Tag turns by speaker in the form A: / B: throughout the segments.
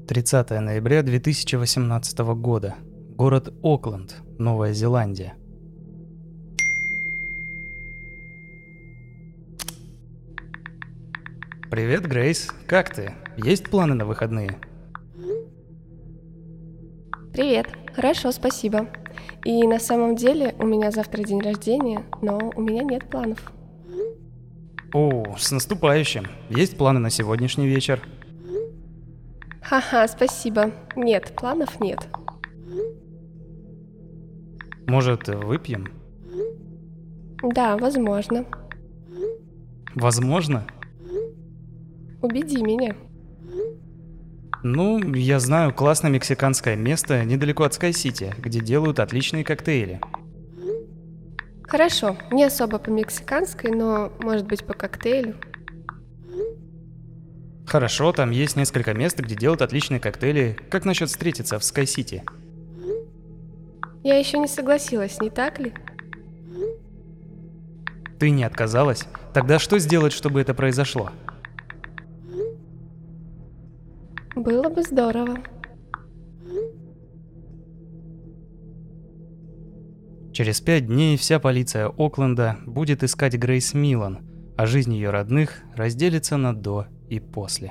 A: 30 ноября 2018 года. Город Окленд, Новая Зеландия. Привет, Грейс. Как ты? Есть планы на выходные?
B: Привет, хорошо, спасибо. И на самом деле у меня завтра день рождения, но у меня нет планов.
A: О, с наступающим. Есть планы на сегодняшний вечер?
B: Ха-ха, спасибо. Нет, планов нет.
A: Может, выпьем?
B: Да, возможно.
A: Возможно?
B: Убеди меня.
A: Ну, я знаю классное мексиканское место недалеко от Скай-Сити, где делают отличные коктейли.
B: Хорошо, не особо по-мексиканской, но, может быть, по коктейлю.
A: Хорошо, там есть несколько мест, где делают отличные коктейли. Как насчет встретиться в Скай-Сити?
B: Я еще не согласилась, не так ли?
A: Ты не отказалась? Тогда что сделать, чтобы это произошло?
B: Было бы здорово.
A: Через 5 дней вся полиция Окленда будет искать Грейс Милан, а жизнь ее родных разделится на до и после.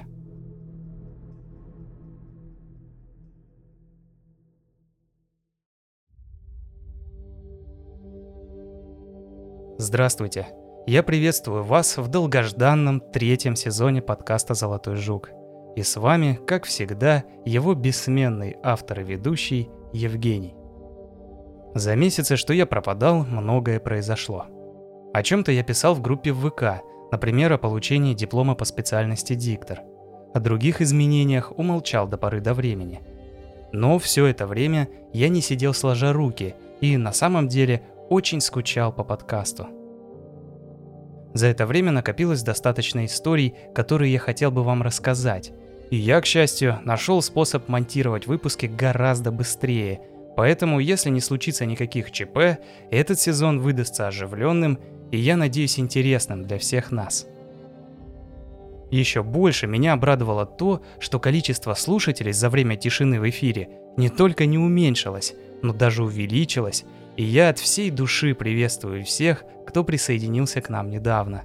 A: Здравствуйте! Я приветствую вас в долгожданном 3-м сезоне подкаста «Золотой жук». И с вами, как всегда, его бессменный автор и ведущий Евгений. За месяцы, что я пропадал, многое произошло. О чем-то я писал в группе в ВК, например, о получении диплома по специальности диктор. О других изменениях умолчал до поры до времени. Но все это время я не сидел сложа руки и на самом деле очень скучал по подкасту. За это время накопилось достаточно историй, которые я хотел бы вам рассказать. И я, к счастью, нашел способ монтировать выпуски гораздо быстрее. Поэтому, если не случится никаких ЧП, этот сезон выдастся оживленным и, я надеюсь, интересным для всех нас. Еще больше меня обрадовало то, что количество слушателей за время тишины в эфире не только не уменьшилось, но даже увеличилось, и я от всей души приветствую всех, кто присоединился к нам недавно.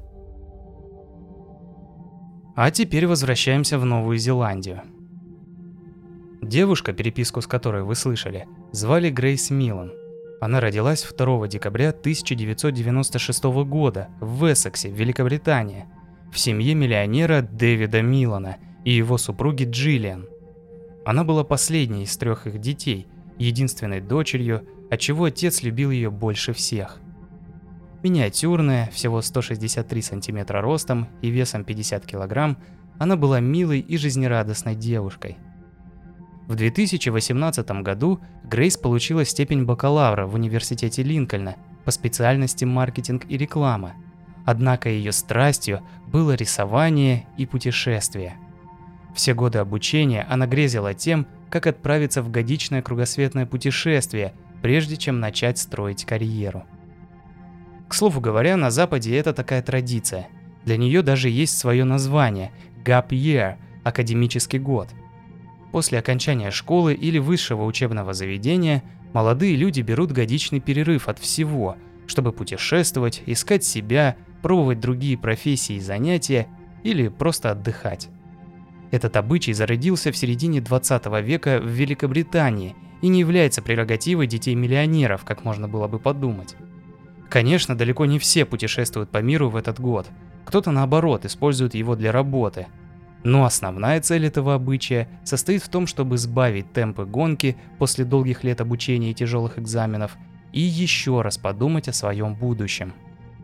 A: А теперь возвращаемся в Новую Зеландию. Девушка, переписку с которой вы слышали, звали Грейс Милан. Она родилась 2 декабря 1996 года в Эссексе, Великобритания, в семье миллионера Дэвида Милана и его супруги Джиллиан. Она была последней из 3 их детей, единственной дочерью, отчего отец любил ее больше всех. Миниатюрная, всего 163 сантиметра ростом и весом 50 килограмм, она была милой и жизнерадостной девушкой. В 2018 году Грейс получила степень бакалавра в университете Линкольна по специальности маркетинг и реклама. Однако ее страстью было рисование и путешествия. Все годы обучения она грезила тем, как отправиться в годичное кругосветное путешествие, прежде чем начать строить карьеру. К слову говоря, на Западе это такая традиция. Для нее даже есть свое название – Gap Year – академический год. После окончания школы или высшего учебного заведения молодые люди берут годичный перерыв от всего, чтобы путешествовать, искать себя, пробовать другие профессии и занятия или просто отдыхать. Этот обычай зародился в середине 20 века в Великобритании и не является прерогативой детей-миллионеров, как можно было бы подумать. Конечно, далеко не все путешествуют по миру в этот год, кто-то наоборот использует его для работы. Но основная цель этого обычая состоит в том, чтобы сбавить темпы гонки после долгих лет обучения и тяжелых экзаменов и еще раз подумать о своем будущем.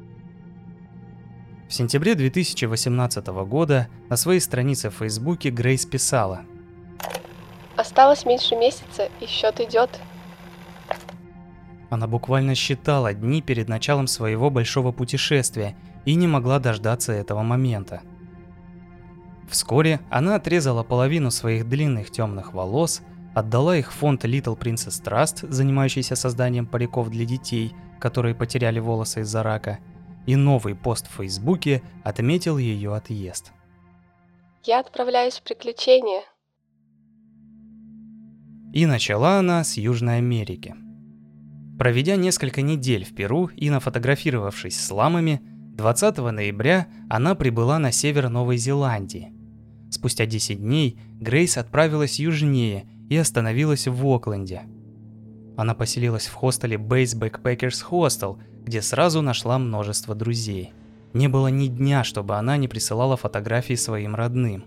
A: В сентябре 2018 года на своей странице в Фейсбуке Грейс писала:
B: Осталось меньше месяца, и счет идет.
A: Она буквально считала дни перед началом своего большого путешествия и не могла дождаться этого момента. Вскоре она отрезала половину своих длинных темных волос, отдала их в фонд Little Princess Trust, занимающийся созданием париков для детей, которые потеряли волосы из-за рака, и новый пост в Фейсбуке отметил ее отъезд.
B: Я отправляюсь в приключения.
A: И начала она с Южной Америки. Проведя несколько недель в Перу и нафотографировавшись с ламами, 20 ноября она прибыла на север Новой Зеландии. Спустя 10 дней Грейс отправилась южнее и остановилась в Окленде. Она поселилась в хостеле Base Backpackers Hostel, где сразу нашла множество друзей. Не было ни дня, чтобы она не присылала фотографии своим родным.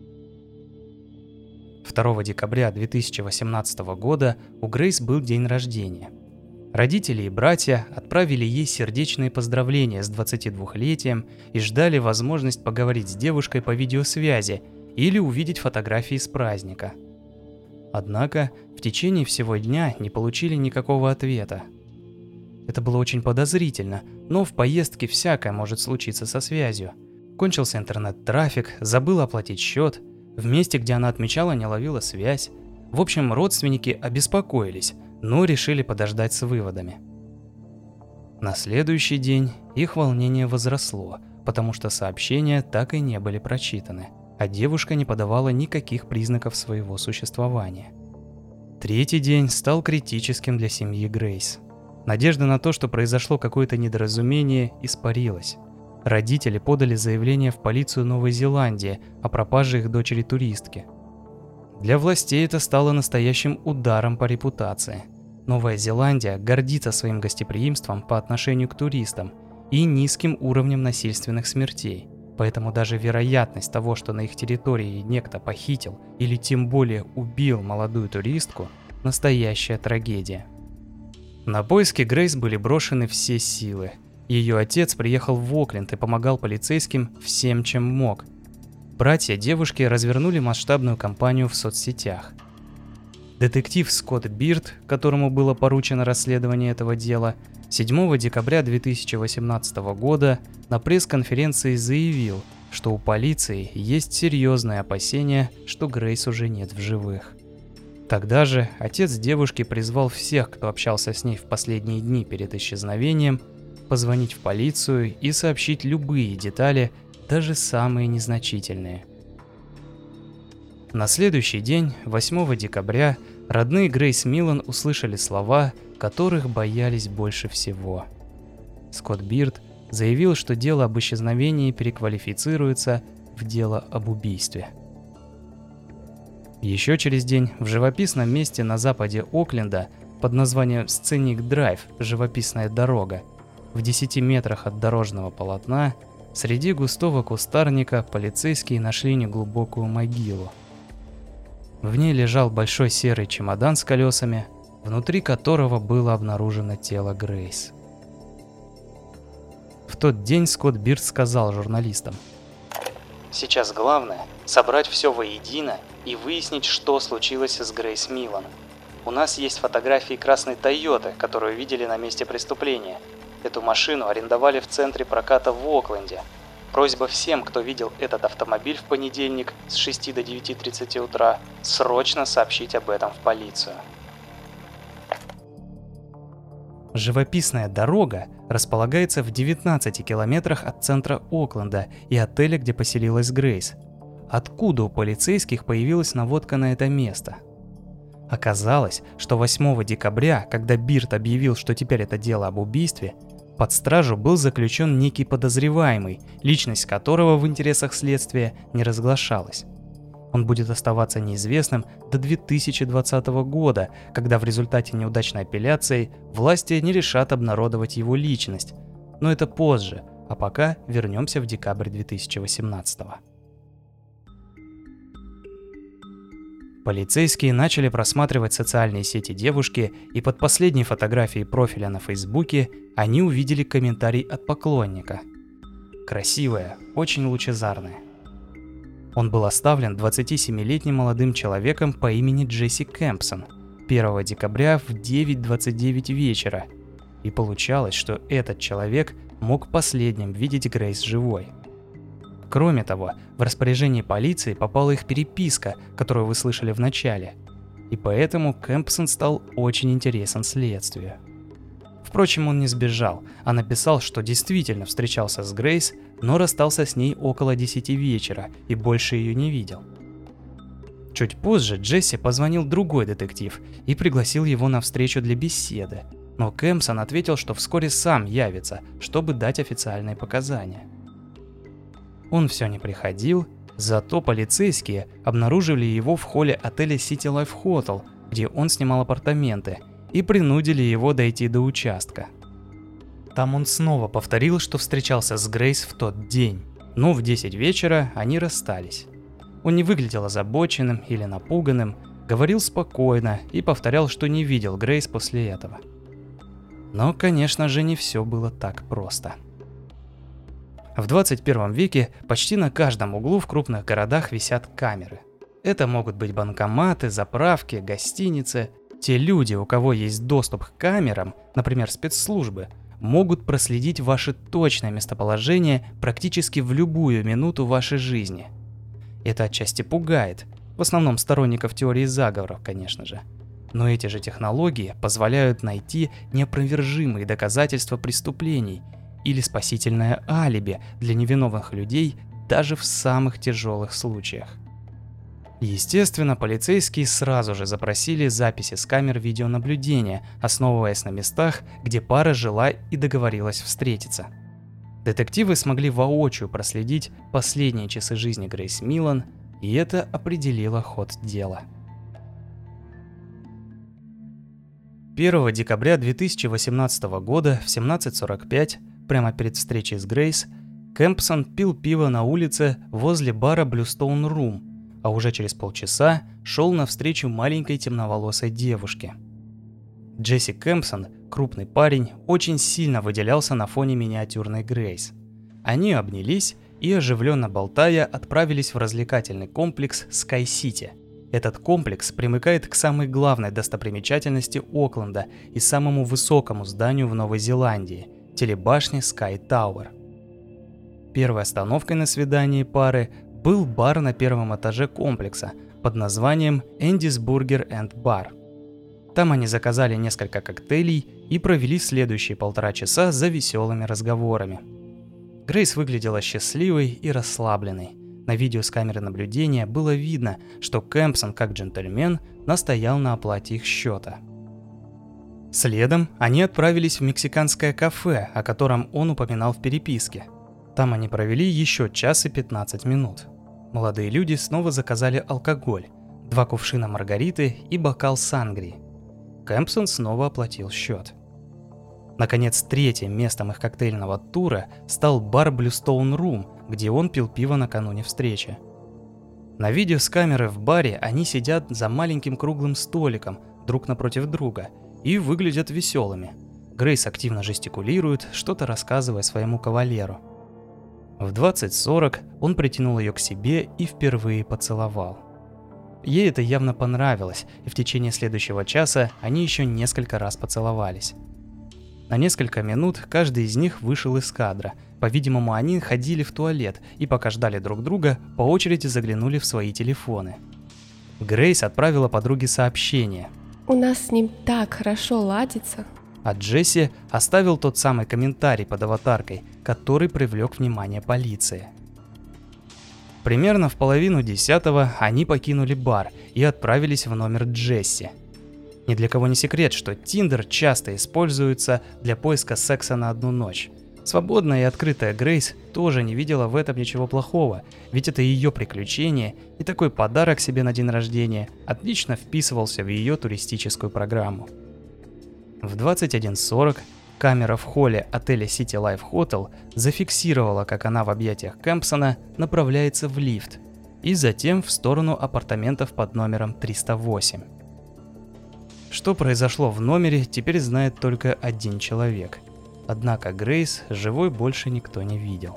A: 2 декабря 2018 года у Грейс был день рождения. Родители и братья отправили ей сердечные поздравления с 22-летием и ждали возможность поговорить с девушкой по видеосвязи или увидеть фотографии с праздника. Однако в течение всего дня не получили никакого ответа. Это было очень подозрительно, но в поездке всякое может случиться со связью. Кончился интернет-трафик, забыла оплатить счет, в месте, где она отмечала, не ловила связь. В общем, родственники обеспокоились, но решили подождать с выводами. На следующий день их волнение возросло, потому что сообщения так и не были прочитаны, а девушка не подавала никаких признаков своего существования. Третий день стал критическим для семьи Грейс. Надежда на то, что произошло какое-то недоразумение, испарилась. Родители подали заявление в полицию Новой Зеландии о пропаже их дочери-туристки. Для властей это стало настоящим ударом по репутации. Новая Зеландия гордится своим гостеприимством по отношению к туристам и низким уровнем насильственных смертей. Поэтому даже вероятность того, что на их территории некто похитил или тем более убил молодую туристку, настоящая трагедия. На поиски Грейс были брошены все силы. Ее отец приехал в Окленд и помогал полицейским всем, чем мог. Братья девушки развернули масштабную кампанию в соцсетях. Детектив Скотт Бирд, которому было поручено расследование этого дела, 7 декабря 2018 года на пресс-конференции заявил, что у полиции есть серьезные опасения, что Грейс уже нет в живых. Тогда же отец девушки призвал всех, кто общался с ней в последние дни перед исчезновением, позвонить в полицию и сообщить любые детали, даже самые незначительные. На следующий день, 8 декабря, родные Грейс Миллан услышали слова, которых боялись больше всего. Скотт Бирд заявил, что дело об исчезновении переквалифицируется в дело об убийстве. Еще через день в живописном месте на западе Окленда под названием Scenic Drive «Живописная дорога» в 10 метрах от дорожного полотна среди густого кустарника полицейские нашли неглубокую могилу. В ней лежал большой серый чемодан с колесами, внутри которого было обнаружено тело Грейс. В тот день Скотт Бирд сказал журналистам: «Сейчас главное – собрать все воедино и выяснить, что случилось с Грейс Миллан. У нас есть фотографии красной Тойоты, которую видели на месте преступления. Эту машину арендовали в центре проката в Окленде. Просьба всем, кто видел этот автомобиль в понедельник с 6 до 9:30 утра, срочно сообщить об этом в полицию». Живописная дорога располагается в 19 километрах от центра Окленда и отеля, где поселилась Грейс. Откуда у полицейских появилась наводка на это место? Оказалось, что 8 декабря, когда Бирд объявил, что теперь это дело об убийстве, под стражу был заключен некий подозреваемый, личность которого в интересах следствия не разглашалась. Он будет оставаться неизвестным до 2020 года, когда в результате неудачной апелляции власти не решат обнародовать его личность. Но это позже, а пока вернемся в декабрь 2018. Полицейские начали просматривать социальные сети девушки, и под последней фотографией профиля на Фейсбуке они увидели комментарий от поклонника. Красивая, очень лучезарная. Он был оставлен 27-летним молодым человеком по имени Джесси Кэмпсон 1 декабря в 9:29 вечера, и получалось, что этот человек мог последним видеть Грейс живой. Кроме того, в распоряжение полиции попала их переписка, которую вы слышали в начале, и поэтому Кэмпсон стал очень интересен следствию. Впрочем, он не сбежал, а написал, что действительно встречался с Грейс, но расстался с ней около 10 вечера и больше ее не видел. Чуть позже Джесси позвонил другой детектив и пригласил его на встречу для беседы, но Кэмпсон ответил, что вскоре сам явится, чтобы дать официальные показания. Он все не приходил, зато полицейские обнаружили его в холле отеля City Life Hotel, где он снимал апартаменты, и принудили его дойти до участка. Там он снова повторил, что встречался с Грейс в тот день, но в 10 вечера они расстались. Он не выглядел озабоченным или напуганным, говорил спокойно и повторял, что не видел Грейс после этого. Но, конечно же, не все было так просто. В 21 веке почти на каждом углу в крупных городах висят камеры. Это могут быть банкоматы, заправки, гостиницы. Те люди, у кого есть доступ к камерам, например, спецслужбы, могут проследить ваше точное местоположение практически в любую минуту вашей жизни. Это отчасти пугает, в основном сторонников теории заговоров, конечно же. Но эти же технологии позволяют найти неопровержимые доказательства преступлений или спасительное алиби для невиновных людей даже в самых тяжелых случаях. Естественно, полицейские сразу же запросили записи с камер видеонаблюдения, основываясь на местах, где пара жила и договорилась встретиться. Детективы смогли воочию проследить последние часы жизни Грейс Миллан, и это определило ход дела. 1 декабря 2018 года в 17:45, прямо перед встречей с Грейс, Кэмпсон пил пиво на улице возле бара Bluestone Room, а уже через полчаса шел навстречу маленькой темноволосой девушке. Джесси Кэмпсон, крупный парень, очень сильно выделялся на фоне миниатюрной Грейс. Они обнялись и, оживленно болтая, отправились в развлекательный комплекс Sky City. Этот комплекс примыкает к самой главной достопримечательности Окленда и самому высокому зданию в Новой Зеландии – телебашне Sky Tower. Первой остановкой на свидании пары был бар на первом этаже комплекса под названием Andy's Burger and Bar. Там они заказали несколько коктейлей и провели следующие 1,5 часа за веселыми разговорами. Грейс выглядела счастливой и расслабленной. На видео с камеры наблюдения было видно, что Кэмпсон, как джентльмен, настоял на оплате их счета. Следом они отправились в мексиканское кафе, о котором он упоминал в переписке. Там они провели еще 1 час и 15 минут. Молодые люди снова заказали алкоголь, 2 кувшина маргариты и бокал сангрии. Кэмпсон снова оплатил счет. Наконец, третьим местом их коктейльного тура стал бар Bluestone Room, где он пил пиво накануне встречи. На видео с камеры в баре они сидят за маленьким круглым столиком друг напротив друга и выглядят веселыми. Грейс активно жестикулирует, что-то рассказывая своему кавалеру. В 20:40 он притянул ее к себе и впервые поцеловал. Ей это явно понравилось, и в течение следующего часа они еще несколько раз поцеловались. На несколько минут каждый из них вышел из кадра. По-видимому, они ходили в туалет и, пока ждали друг друга, по очереди заглянули в свои телефоны. Грейс отправила подруге сообщение.
B: У нас с ним так хорошо ладится.
A: А Джесси оставил тот самый комментарий под аватаркой, который привлек внимание полиции. Примерно в 9:30 они покинули бар и отправились в номер Джесси. Ни для кого не секрет, что Tinder часто используется для поиска секса на одну ночь. Свободная и открытая Грейс тоже не видела в этом ничего плохого, ведь это ее приключение, и такой подарок себе на день рождения отлично вписывался в ее туристическую программу. В 21:40 камера в холле отеля City Life Hotel зафиксировала, как она в объятиях Кэмпсона направляется в лифт и затем в сторону апартаментов под номером 308. Что произошло в номере, теперь знает только один человек. Однако Грейс живой больше никто не видел.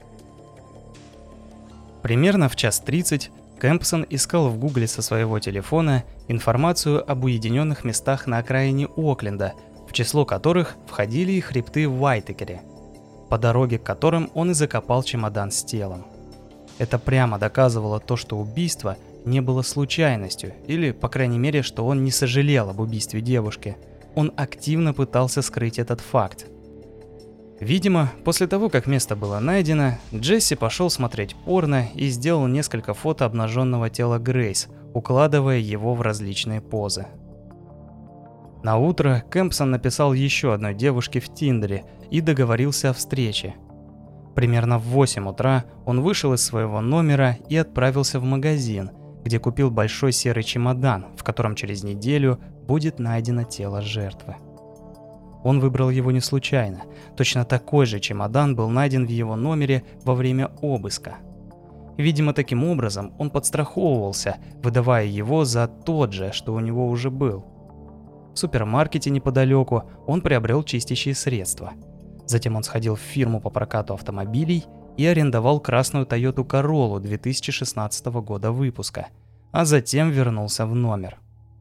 A: Примерно в 1:30 Кэмпсон искал в гугле со своего телефона информацию об уединенных местах на окраине Окленда, в число которых входили и хребты в Уайтакере, по дороге к которым он и закопал чемодан с телом. Это прямо доказывало то, что убийство не было случайностью, или, по крайней мере, что он не сожалел об убийстве девушки. Он активно пытался скрыть этот факт. Видимо, после того, как место было найдено, Джесси пошел смотреть порно и сделал несколько фото обнаженного тела Грейс, укладывая его в различные позы. На утро Кэмпсон написал еще одной девушке в Тиндере и договорился о встрече. Примерно в 8 утра он вышел из своего номера и отправился в магазин, где купил большой серый чемодан, в котором через неделю будет найдено тело жертвы. Он выбрал его не случайно. Точно такой же чемодан был найден в его номере во время обыска. Видимо, таким образом он подстраховывался, выдавая его за тот же, что у него уже был. В супермаркете неподалеку он приобрел чистящие средства. Затем он сходил в фирму по прокату автомобилей и арендовал красную Toyota Corolla 2016 года выпуска, а затем вернулся в номер.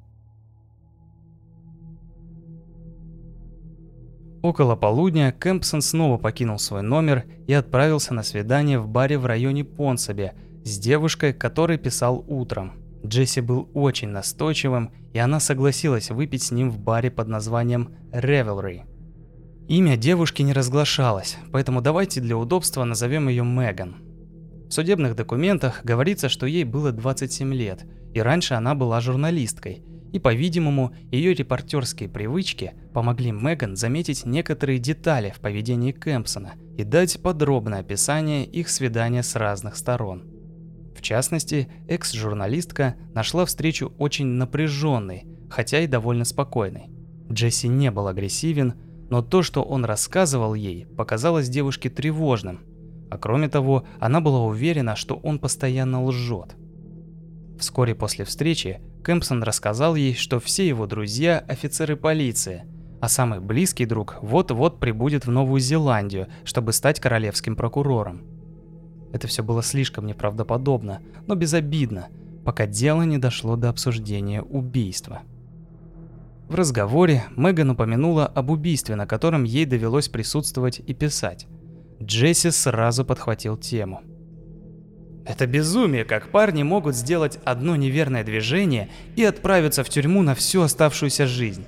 A: Около полудня Кэмпсон снова покинул свой номер и отправился на свидание в баре в районе Понсаби с девушкой, которой писал утром. Джесси был очень настойчивым, и она согласилась выпить с ним в баре под названием Revelry. Имя девушки не разглашалось, поэтому давайте для удобства назовем ее Меган. В судебных документах говорится, что ей было 27 лет, и раньше она была журналисткой, и, по-видимому, ее репортерские привычки помогли Меган заметить некоторые детали в поведении Кэмпсона и дать подробное описание их свидания с разных сторон. В частности, экс-журналистка нашла встречу очень напряженной, хотя и довольно спокойной. Джесси не был агрессивен, но то, что он рассказывал ей, показалось девушке тревожным, а кроме того, она была уверена, что он постоянно лжет. Вскоре после встречи Кэмпсон рассказал ей, что все его друзья – офицеры полиции, а самый близкий друг вот-вот прибудет в Новую Зеландию, чтобы стать королевским прокурором. Это все было слишком неправдоподобно, но безобидно, пока дело не дошло до обсуждения убийства. В разговоре Меган упомянула об убийстве, на котором ей довелось присутствовать и писать. Джесси сразу подхватил тему. «Это безумие, как парни могут сделать одно неверное движение и отправиться в тюрьму на всю оставшуюся жизнь».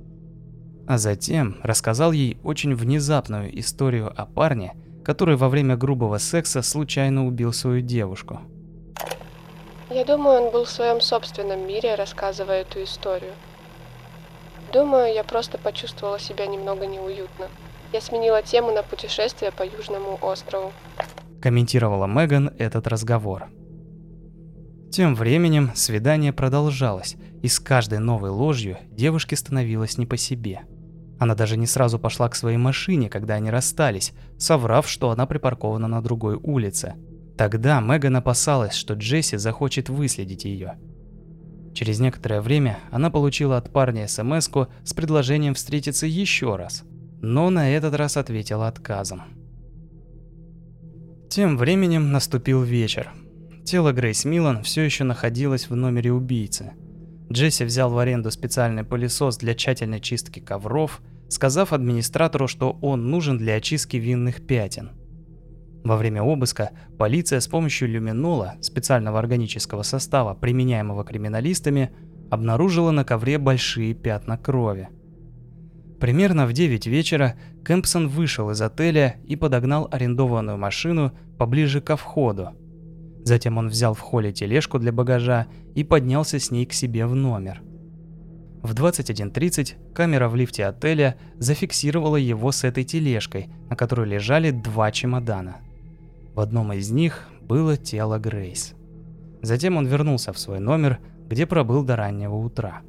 A: А затем рассказал ей очень внезапную историю о парне, который во время грубого секса случайно убил свою девушку.
B: Я думаю, он был в своем собственном мире, рассказывая эту историю. Думаю, я просто почувствовала себя немного неуютно. Я сменила тему на путешествие по Южному острову.
A: Комментировала Меган этот разговор. Тем временем свидание продолжалось, и с каждой новой ложью девушке становилось не по себе. Она даже не сразу пошла к своей машине, когда они расстались, соврав, что она припаркована на другой улице. Тогда Меган опасалась, что Джесси захочет выследить ее. Через некоторое время она получила от парня смс-ку с предложением встретиться еще раз, но на этот раз ответила отказом. Тем временем наступил вечер. Тело Грейс Миллан все еще находилось в номере убийцы. Джесси взял в аренду специальный пылесос для тщательной чистки ковров, сказав администратору, что он нужен для очистки винных пятен. Во время обыска полиция с помощью люминола, специального органического состава, применяемого криминалистами, обнаружила на ковре большие пятна крови. Примерно в 9 вечера Кэмпсон вышел из отеля и подогнал арендованную машину поближе ко входу. Затем он взял в холле тележку для багажа и поднялся с ней к себе в номер. В 21:30 камера в лифте отеля зафиксировала его с этой тележкой, на которой лежали 2 чемодана. В одном из них было тело Грейс. Затем он вернулся в свой номер, где пробыл до раннего утра.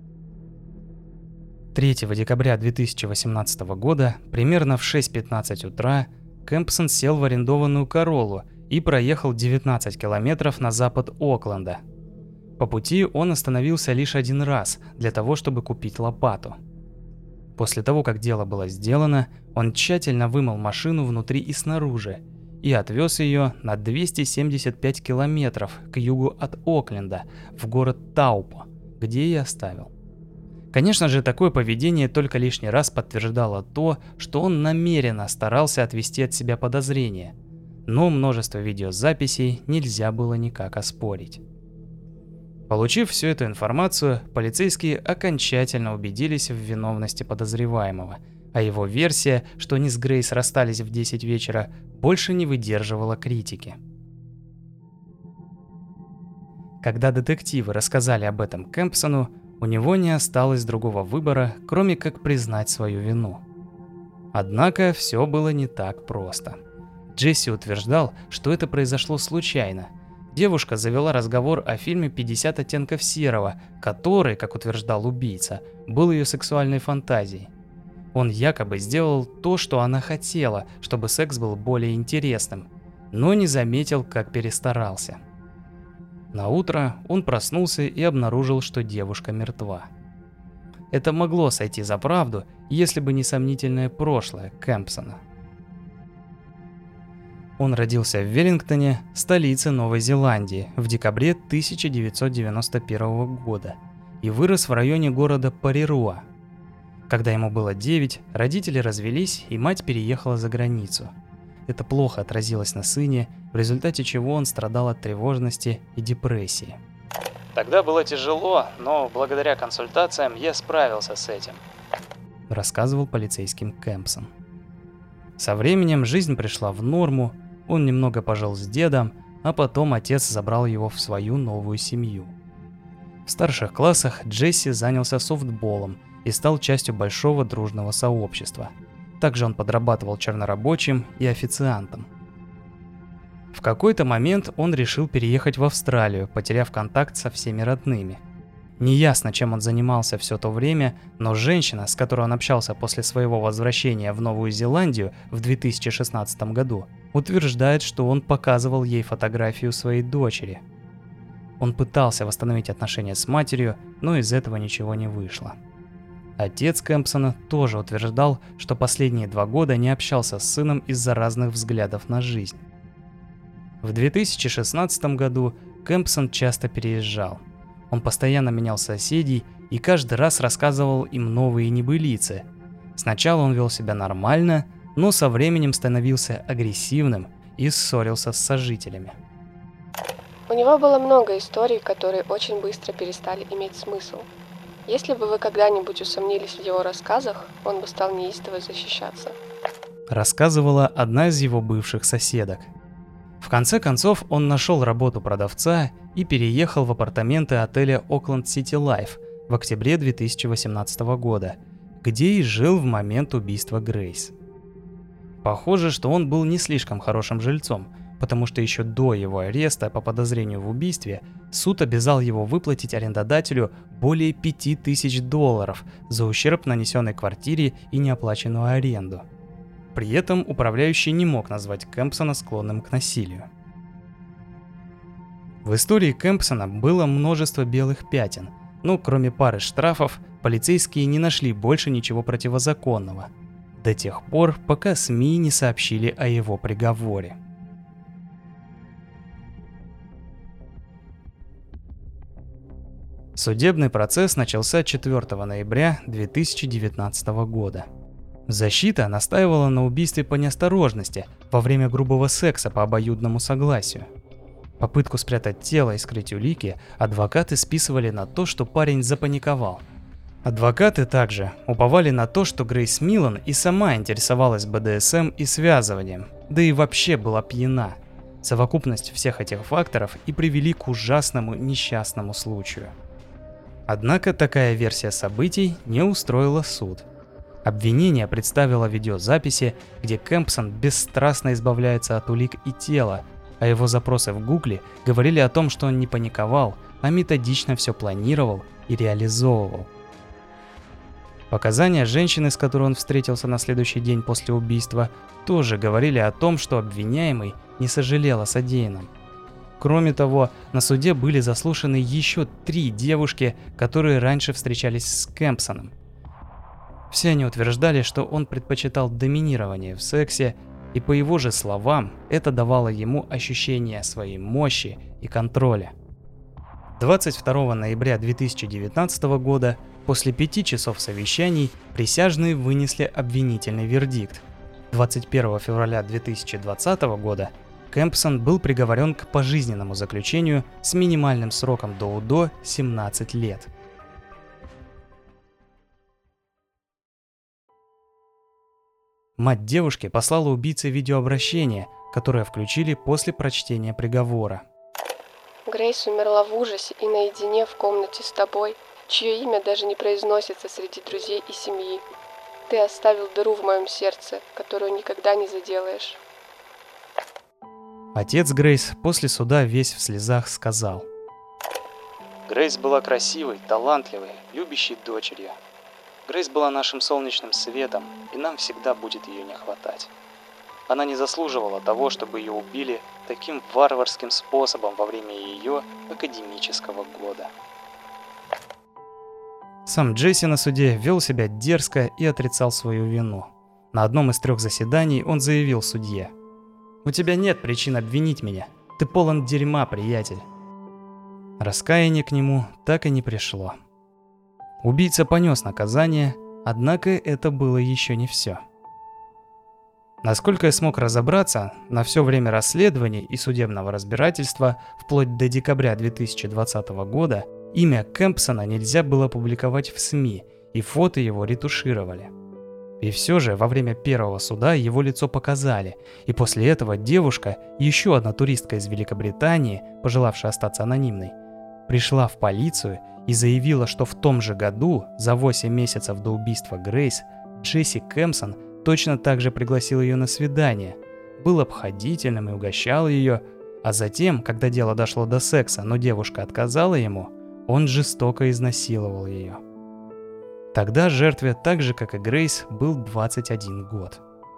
A: 3 декабря 2018 года, примерно в 6:15 утра, Кэмпсон сел в арендованную Короллу и проехал 19 километров на запад Окленда. По пути он остановился лишь один раз для того, чтобы купить лопату. После того, как дело было сделано, он тщательно вымыл машину внутри и снаружи и отвез ее на 275 километров к югу от Окленда, в город Таупо, где и оставил. Конечно же, такое поведение только лишний раз подтверждало то, что он намеренно старался отвести от себя подозрения, но множество видеозаписей нельзя было никак оспорить. Получив всю эту информацию, полицейские окончательно убедились в виновности подозреваемого, а его версия, что они с Грейс расстались в 10 вечера, больше не выдерживала критики. Когда детективы рассказали об этом Кэмпсону, у него не осталось другого выбора, кроме как признать свою вину. Однако все было не так просто. Джесси утверждал, что это произошло случайно. Девушка завела разговор о фильме «50 оттенков серого», который, как утверждал убийца, был ее сексуальной фантазией. Он якобы сделал то, что она хотела, чтобы секс был более интересным, но не заметил, как перестарался. Наутро он проснулся и обнаружил, что девушка мертва. Это могло сойти за правду, если бы не сомнительное прошлое Кэмпсона. Он родился в Веллингтоне, столице Новой Зеландии, в декабре 1991 года и вырос в районе города Парируа. Когда ему было 9, родители развелись, и мать переехала за границу. Это плохо отразилось на сыне, в результате чего он страдал от тревожности и депрессии.
C: Тогда было тяжело, но благодаря консультациям я справился с этим,
A: рассказывал полицейским Кэмпсон. Со временем жизнь пришла в норму, он немного пожил с дедом, а потом отец забрал его в свою новую семью. В старших классах Джесси занялся софтболом и стал частью большого дружного сообщества. Также он подрабатывал чернорабочим и официантом. В какой-то момент он решил переехать в Австралию, потеряв контакт со всеми родными. Неясно, чем он занимался все то время, но женщина, с которой он общался после своего возвращения в Новую Зеландию в 2016 году, утверждает, что он показывал ей фотографию своей дочери. Он пытался восстановить отношения с матерью, но из этого ничего не вышло. Отец Кэмпсона тоже утверждал, что последние 2 года не общался с сыном из-за разных взглядов на жизнь. В 2016 году Кэмпсон часто переезжал. Он постоянно менял соседей и каждый раз рассказывал им новые небылицы. Сначала он вел себя нормально, но со временем становился агрессивным и ссорился с сожителями.
B: У него было много историй, которые очень быстро перестали иметь смысл. Если бы вы когда-нибудь усомнились в его рассказах, он бы стал неистово защищаться.
A: Рассказывала одна из его бывших соседок. В конце концов, он нашел работу продавца и переехал в апартаменты отеля Auckland City Life в октябре 2018 года, где и жил в момент убийства Грейс. Похоже, что он был не слишком хорошим жильцом, потому что еще до его ареста по подозрению в убийстве суд обязал его выплатить арендодателю более $5000 за ущерб, нанесенный квартире и неоплаченную аренду. При этом управляющий не мог назвать Кэмпсона склонным к насилию. В истории Кэмпсона было множество белых пятен, но кроме пары штрафов, полицейские не нашли больше ничего противозаконного, до тех пор, пока СМИ не сообщили о его приговоре. Судебный процесс начался 4 ноября 2019 года. Защита настаивала на убийстве по неосторожности во время грубого секса по обоюдному согласию. Попытку спрятать тело и скрыть улики адвокаты списывали на то, что парень запаниковал. Адвокаты также уповали на то, что Грейс Миллан и сама интересовалась БДСМ и связыванием, да и вообще была пьяна. Совокупность всех этих факторов и привели к ужасному несчастному случаю. Однако такая версия событий не устроила суд. Обвинение представило видеозаписи, где Кэмпсон бесстрастно избавляется от улик и тела, а его запросы в Гугле говорили о том, что он не паниковал, а методично все планировал и реализовывал. Показания женщины, с которой он встретился на следующий день после убийства, тоже говорили о том, что обвиняемый не сожалел о содеянном. Кроме того, на суде были заслушаны еще 3 девушки, которые раньше встречались с Кэмпсоном. Все они утверждали, что он предпочитал доминирование в сексе, и по его же словам, это давало ему ощущение своей мощи и контроля. 22 ноября 2019 года, после 5 часов совещаний, присяжные вынесли обвинительный вердикт. 21 февраля 2020 года Кэмпсон был приговорен к пожизненному заключению с минимальным сроком до УДО 17 лет. Мать девушки послала убийце видеообращение, которое включили после прочтения приговора.
B: Грейс умерла в ужасе и наедине в комнате с тобой, чье имя даже не произносится среди друзей и семьи. Ты оставил дыру в моем сердце, которую никогда не заделаешь.
A: Отец Грейс после суда весь в слезах сказал:
C: Грейс была красивой, талантливой, любящей дочерью. Грейс была нашим солнечным светом, и нам всегда будет ее не хватать. Она не заслуживала того, чтобы ее убили таким варварским способом во время ее академического года.
A: Сам Джесси на суде вел себя дерзко и отрицал свою вину. На одном из 3 заседаний он заявил судье: «У тебя нет причин обвинить меня. Ты полон дерьма, приятель». Раскаяние к нему так и не пришло. Убийца понес наказание, однако это было еще не все. Насколько я смог разобраться, на все время расследования и судебного разбирательства, вплоть до декабря 2020 года, имя Кэмпсона нельзя было публиковать в СМИ, и фото его ретушировали. И все же во время первого суда его лицо показали, и после этого девушка, еще одна туристка из Великобритании, пожелавшая остаться анонимной, пришла в полицию и заявила, что в том же году, за 8 месяцев до убийства Грейс, Джесси Кэмпсон точно так же пригласил ее на свидание, был обходительным и угощал ее, а затем, когда дело дошло до секса, но девушка отказала ему, он жестоко изнасиловал ее. Тогда жертве, так же как и Грейс, был 21 год.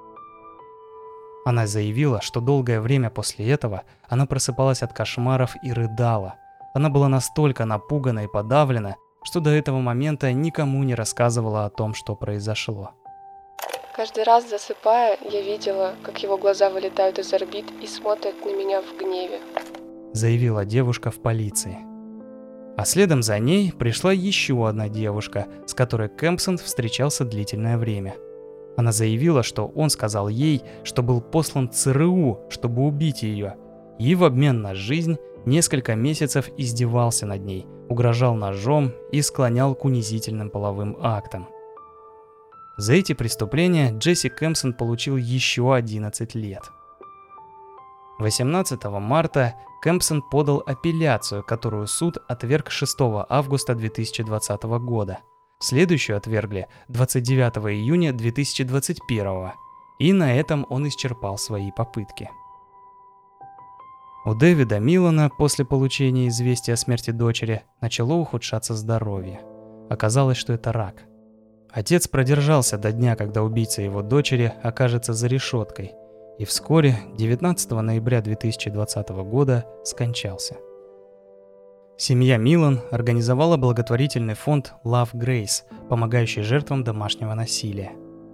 A: Она заявила, что долгое время после этого она просыпалась от кошмаров и рыдала. Она была настолько напугана и подавлена, что до этого момента никому не рассказывала о том, что произошло.
B: Каждый раз засыпая, я видела, как его глаза вылетают из орбит и смотрят на меня в гневе,
A: заявила девушка в полиции. А следом за ней пришла еще одна девушка, с которой Кэмпсон встречался длительное время. Она заявила, что он сказал ей, что был послан ЦРУ, чтобы убить ее, и в обмен на жизнь несколько месяцев издевался над ней, угрожал ножом и склонял к унизительным половым актам. За эти преступления Джесси Кэмпсон получил еще 11 лет. 18 марта Кэмпсон подал апелляцию, которую суд отверг 6 августа 2020 года. Следующую отвергли 29 июня 2021, и на этом он исчерпал свои попытки. У Дэвида Милана после получения известия о смерти дочери начало ухудшаться здоровье. Оказалось, что это рак. Отец продержался до дня, когда убийца его дочери окажется за решеткой, и вскоре, 19 ноября 2020 года, скончался. Семья Милан организовала благотворительный фонд Love Grace, помогающий жертвам домашнего насилия.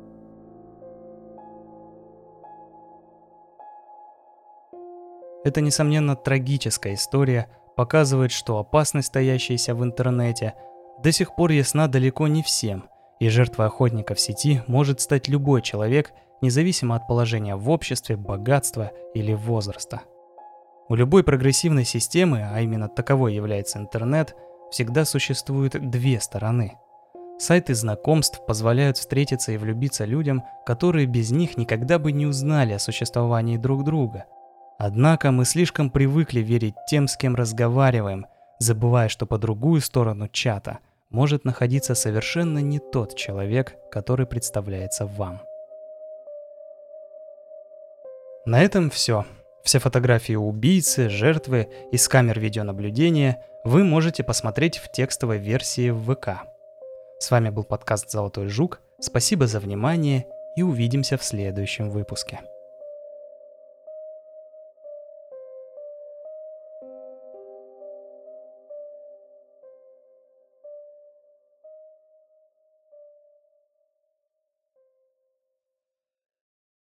A: Эта, несомненно, трагическая история показывает, что опасность, стоящаяся в интернете, до сих пор ясна далеко не всем, и жертвой охотника в сети может стать любой человек, независимо от положения в обществе, богатства или возраста. У любой прогрессивной системы, а именно таковой является интернет, всегда существует 2 стороны. Сайты знакомств позволяют встретиться и влюбиться людям, которые без них никогда бы не узнали о существовании друг друга. Однако мы слишком привыкли верить тем, с кем разговариваем, забывая, что по другую сторону чата может находиться совершенно не тот человек, который представляется вам. На этом все. Все фотографии убийцы, жертвы из камер видеонаблюдения вы можете посмотреть в текстовой версии в ВК. С вами был подкаст «Золотой жук». Спасибо за внимание и увидимся в следующем выпуске.